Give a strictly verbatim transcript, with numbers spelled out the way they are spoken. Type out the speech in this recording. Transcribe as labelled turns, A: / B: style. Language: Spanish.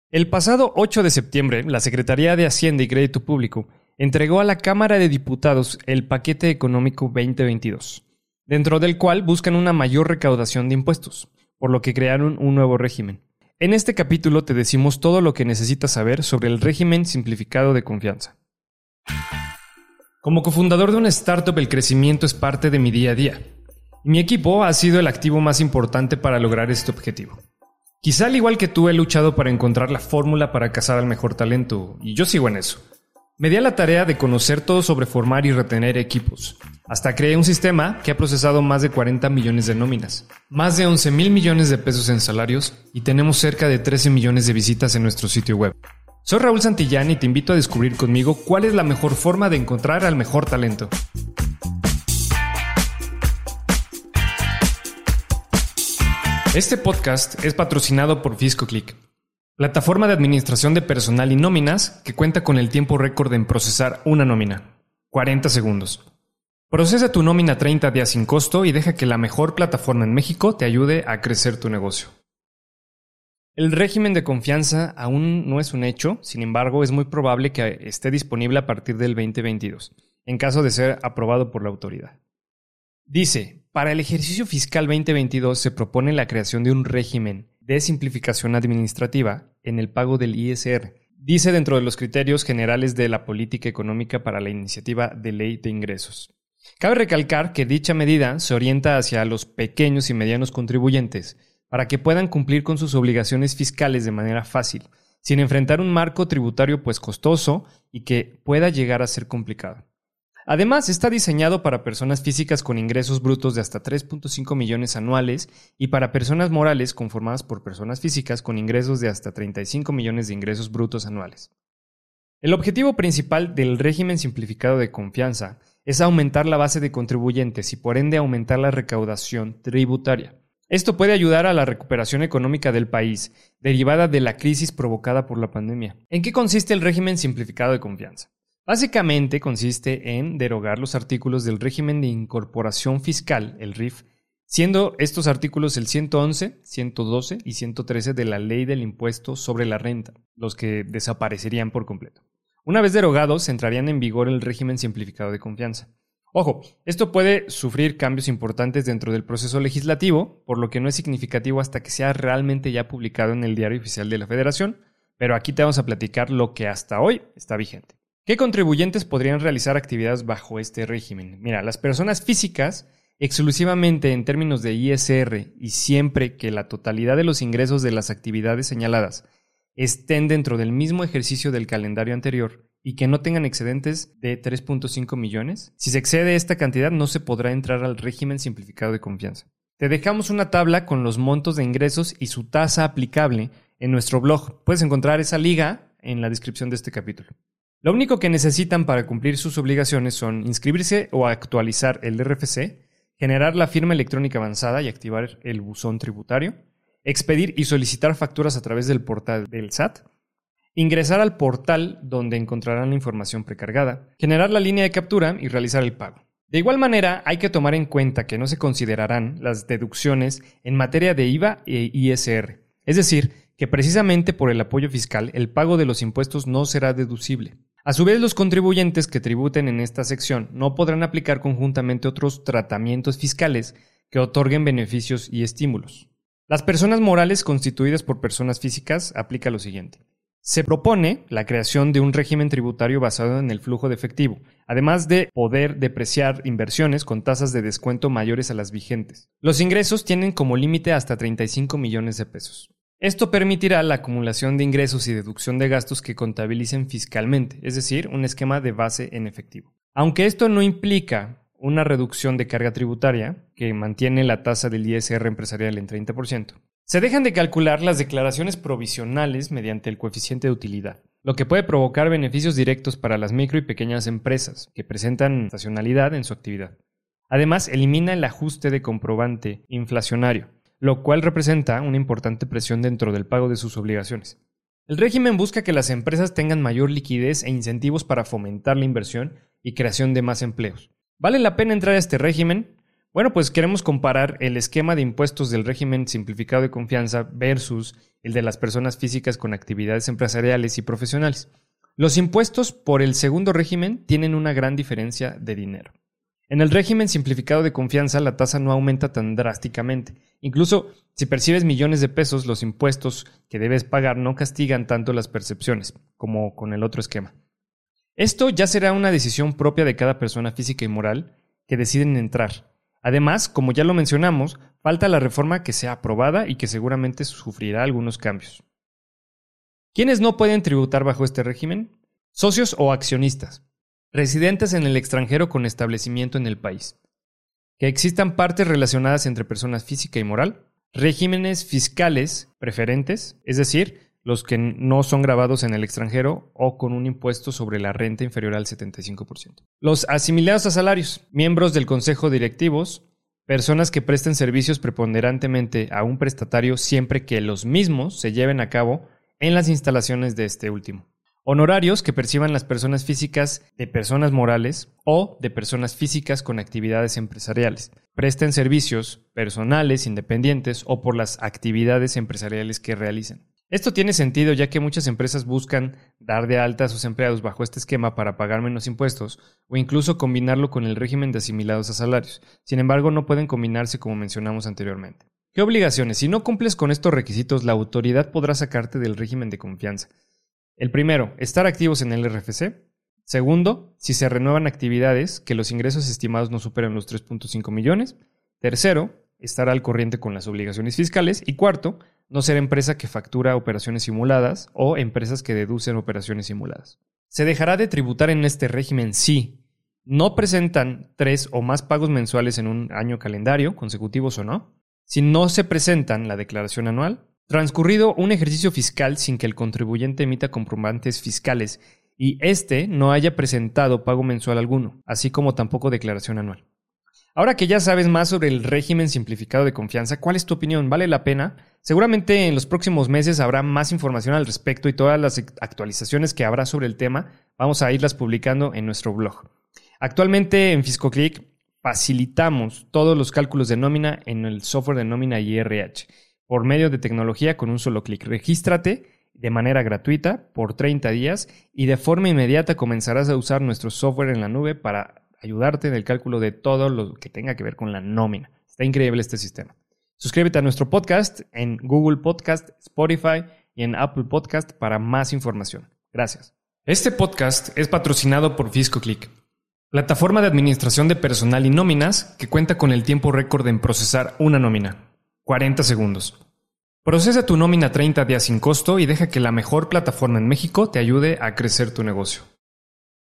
A: El pasado ocho de septiembre, la Secretaría de Hacienda y Crédito Público entregó a la Cámara de Diputados el Paquete Económico veinte veintidós, dentro del cual buscan una mayor recaudación de impuestos, por lo que crearon un nuevo régimen. En este capítulo te decimos todo lo que necesitas saber sobre el régimen simplificado de confianza. Como cofundador de una startup, el crecimiento es parte de mi día a día. Y mi equipo ha sido el activo más importante para lograr este objetivo. Quizá al igual que tú he luchado para encontrar la fórmula para cazar al mejor talento, y yo sigo en eso. Me di a la tarea de conocer todo sobre formar y retener equipos. Hasta creé un sistema que ha procesado más de cuarenta millones de nóminas, más de once mil millones de pesos en salarios y tenemos cerca de trece millones de visitas en nuestro sitio web. Soy Raúl Santillán y te invito a descubrir conmigo cuál es la mejor forma de encontrar al mejor talento. Este podcast es patrocinado por FiscoClick, plataforma de administración de personal y nóminas que cuenta con el tiempo récord en procesar una nómina, cuarenta segundos. Procesa tu nómina treinta días sin costo y deja que la mejor plataforma en México te ayude a crecer tu negocio. El régimen de confianza aún no es un hecho, sin embargo es muy probable que esté disponible a partir del veinte veintidós, en caso de ser aprobado por la autoridad. Dice, para el ejercicio fiscal veinte veintidós se propone la creación de un régimen de simplificación administrativa en el pago del I S R. Dice dentro de los criterios generales de la política económica para la iniciativa de ley de ingresos. Cabe recalcar que dicha medida se orienta hacia los pequeños y medianos contribuyentes para que puedan cumplir con sus obligaciones fiscales de manera fácil, sin enfrentar un marco tributario pues costoso y que pueda llegar a ser complicado. Además, está diseñado para personas físicas con ingresos brutos de hasta tres punto cinco millones anuales y para personas morales conformadas por personas físicas con ingresos de hasta treinta y cinco millones de ingresos brutos anuales. El objetivo principal del régimen simplificado de confianza es aumentar la base de contribuyentes y por ende aumentar la recaudación tributaria. Esto puede ayudar a la recuperación económica del país, derivada de la crisis provocada por la pandemia. ¿En qué consiste el régimen simplificado de confianza? Básicamente consiste en derogar los artículos del régimen de incorporación fiscal, el R I F, siendo estos artículos el ciento once, ciento doce y ciento trece de la Ley del Impuesto sobre la Renta, los que desaparecerían por completo. Una vez derogados, entrarían en vigor el régimen simplificado de confianza. Ojo, esto puede sufrir cambios importantes dentro del proceso legislativo, por lo que no es significativo hasta que sea realmente ya publicado en el Diario Oficial de la Federación, pero aquí te vamos a platicar lo que hasta hoy está vigente. ¿Qué contribuyentes podrían realizar actividades bajo este régimen? Mira, las personas físicas, exclusivamente en términos de I S R y siempre que la totalidad de los ingresos de las actividades señaladas estén dentro del mismo ejercicio del calendario anterior y que no tengan excedentes de tres punto cinco millones, si se excede esta cantidad no se podrá entrar al régimen simplificado de confianza. Te dejamos una tabla con los montos de ingresos y su tasa aplicable en nuestro blog. Puedes encontrar esa liga en la descripción de este capítulo. Lo único que necesitan para cumplir sus obligaciones son inscribirse o actualizar el R F C, generar la firma electrónica avanzada y activar el buzón tributario, expedir y solicitar facturas a través del portal del S A T, ingresar al portal donde encontrarán la información precargada, generar la línea de captura y realizar el pago. De igual manera, hay que tomar en cuenta que no se considerarán las deducciones en materia de I V A e I S R, es decir, que precisamente por el apoyo fiscal el pago de los impuestos no será deducible. A su vez, los contribuyentes que tributen en esta sección no podrán aplicar conjuntamente otros tratamientos fiscales que otorguen beneficios y estímulos. Las personas morales constituidas por personas físicas aplica lo siguiente. Se propone la creación de un régimen tributario basado en el flujo de efectivo, además de poder depreciar inversiones con tasas de descuento mayores a las vigentes. Los ingresos tienen como límite hasta treinta y cinco millones de pesos. Esto permitirá la acumulación de ingresos y deducción de gastos que contabilicen fiscalmente, es decir, un esquema de base en efectivo. Aunque esto no implica una reducción de carga tributaria, que mantiene la tasa del I S R empresarial en treinta por ciento, se dejan de calcular las declaraciones provisionales mediante el coeficiente de utilidad, lo que puede provocar beneficios directos para las micro y pequeñas empresas que presentan estacionalidad en su actividad. Además, elimina el ajuste de comprobante inflacionario, lo cual representa una importante presión dentro del pago de sus obligaciones. El régimen busca que las empresas tengan mayor liquidez e incentivos para fomentar la inversión y creación de más empleos. ¿Vale la pena entrar a este régimen? Bueno, pues queremos comparar el esquema de impuestos del régimen simplificado de confianza versus el de las personas físicas con actividades empresariales y profesionales. Los impuestos por el segundo régimen tienen una gran diferencia de dinero. En el régimen simplificado de confianza la tasa no aumenta tan drásticamente. Incluso si percibes millones de pesos, los impuestos que debes pagar no castigan tanto las percepciones como con el otro esquema. Esto ya será una decisión propia de cada persona física y moral que deciden entrar. Además, como ya lo mencionamos, falta la reforma que sea aprobada y que seguramente sufrirá algunos cambios. ¿Quiénes no pueden tributar bajo este régimen? Socios o accionistas. Residentes en el extranjero con establecimiento en el país. Que existan partes relacionadas entre personas física y moral. Regímenes fiscales preferentes, es decir, los que no son gravados en el extranjero o con un impuesto sobre la renta inferior al setenta y cinco por ciento. Los asimilados a salarios, miembros del consejo directivos, personas que presten servicios preponderantemente a un prestatario siempre que los mismos se lleven a cabo en las instalaciones de este último. Honorarios que perciban las personas físicas de personas morales o de personas físicas con actividades empresariales. Presten servicios personales, independientes o por las actividades empresariales que realicen. Esto tiene sentido ya que muchas empresas buscan dar de alta a sus empleados bajo este esquema para pagar menos impuestos o incluso combinarlo con el régimen de asimilados a salarios. Sin embargo, no pueden combinarse como mencionamos anteriormente. ¿Qué obligaciones? Si no cumples con estos requisitos, la autoridad podrá sacarte del régimen de confianza. El primero, estar activos en el R F C. Segundo, si se renuevan actividades que los ingresos estimados no superen los tres punto cinco millones. Tercero, estar al corriente con las obligaciones fiscales. Y cuarto, no ser empresa que factura operaciones simuladas o empresas que deducen operaciones simuladas. Se dejará de tributar en este régimen si no presentan tres o más pagos mensuales en un año calendario, consecutivos o no. Si no se presentan la declaración anual. Transcurrido un ejercicio fiscal sin que el contribuyente emita comprobantes fiscales y éste no haya presentado pago mensual alguno, así como tampoco declaración anual. Ahora que ya sabes más sobre el régimen simplificado de confianza, ¿cuál es tu opinión? ¿Vale la pena? Seguramente en los próximos meses habrá más información al respecto y todas las actualizaciones que habrá sobre el tema vamos a irlas publicando en nuestro blog. Actualmente en FiscoClick facilitamos todos los cálculos de nómina en el software de nómina I R H. Por medio de tecnología con un solo clic. Regístrate de manera gratuita por treinta días y de forma inmediata comenzarás a usar nuestro software en la nube para ayudarte en el cálculo de todo lo que tenga que ver con la nómina. Está increíble este sistema. Suscríbete a nuestro podcast en Google Podcast, Spotify y en Apple Podcast para más información. Gracias. Este podcast es patrocinado por FiscoClick, plataforma de administración de personal y nóminas que cuenta con el tiempo récord en procesar una nómina. cuarenta segundos. Procesa tu nómina treinta días sin costo y deja que la mejor plataforma en México te ayude a crecer tu negocio.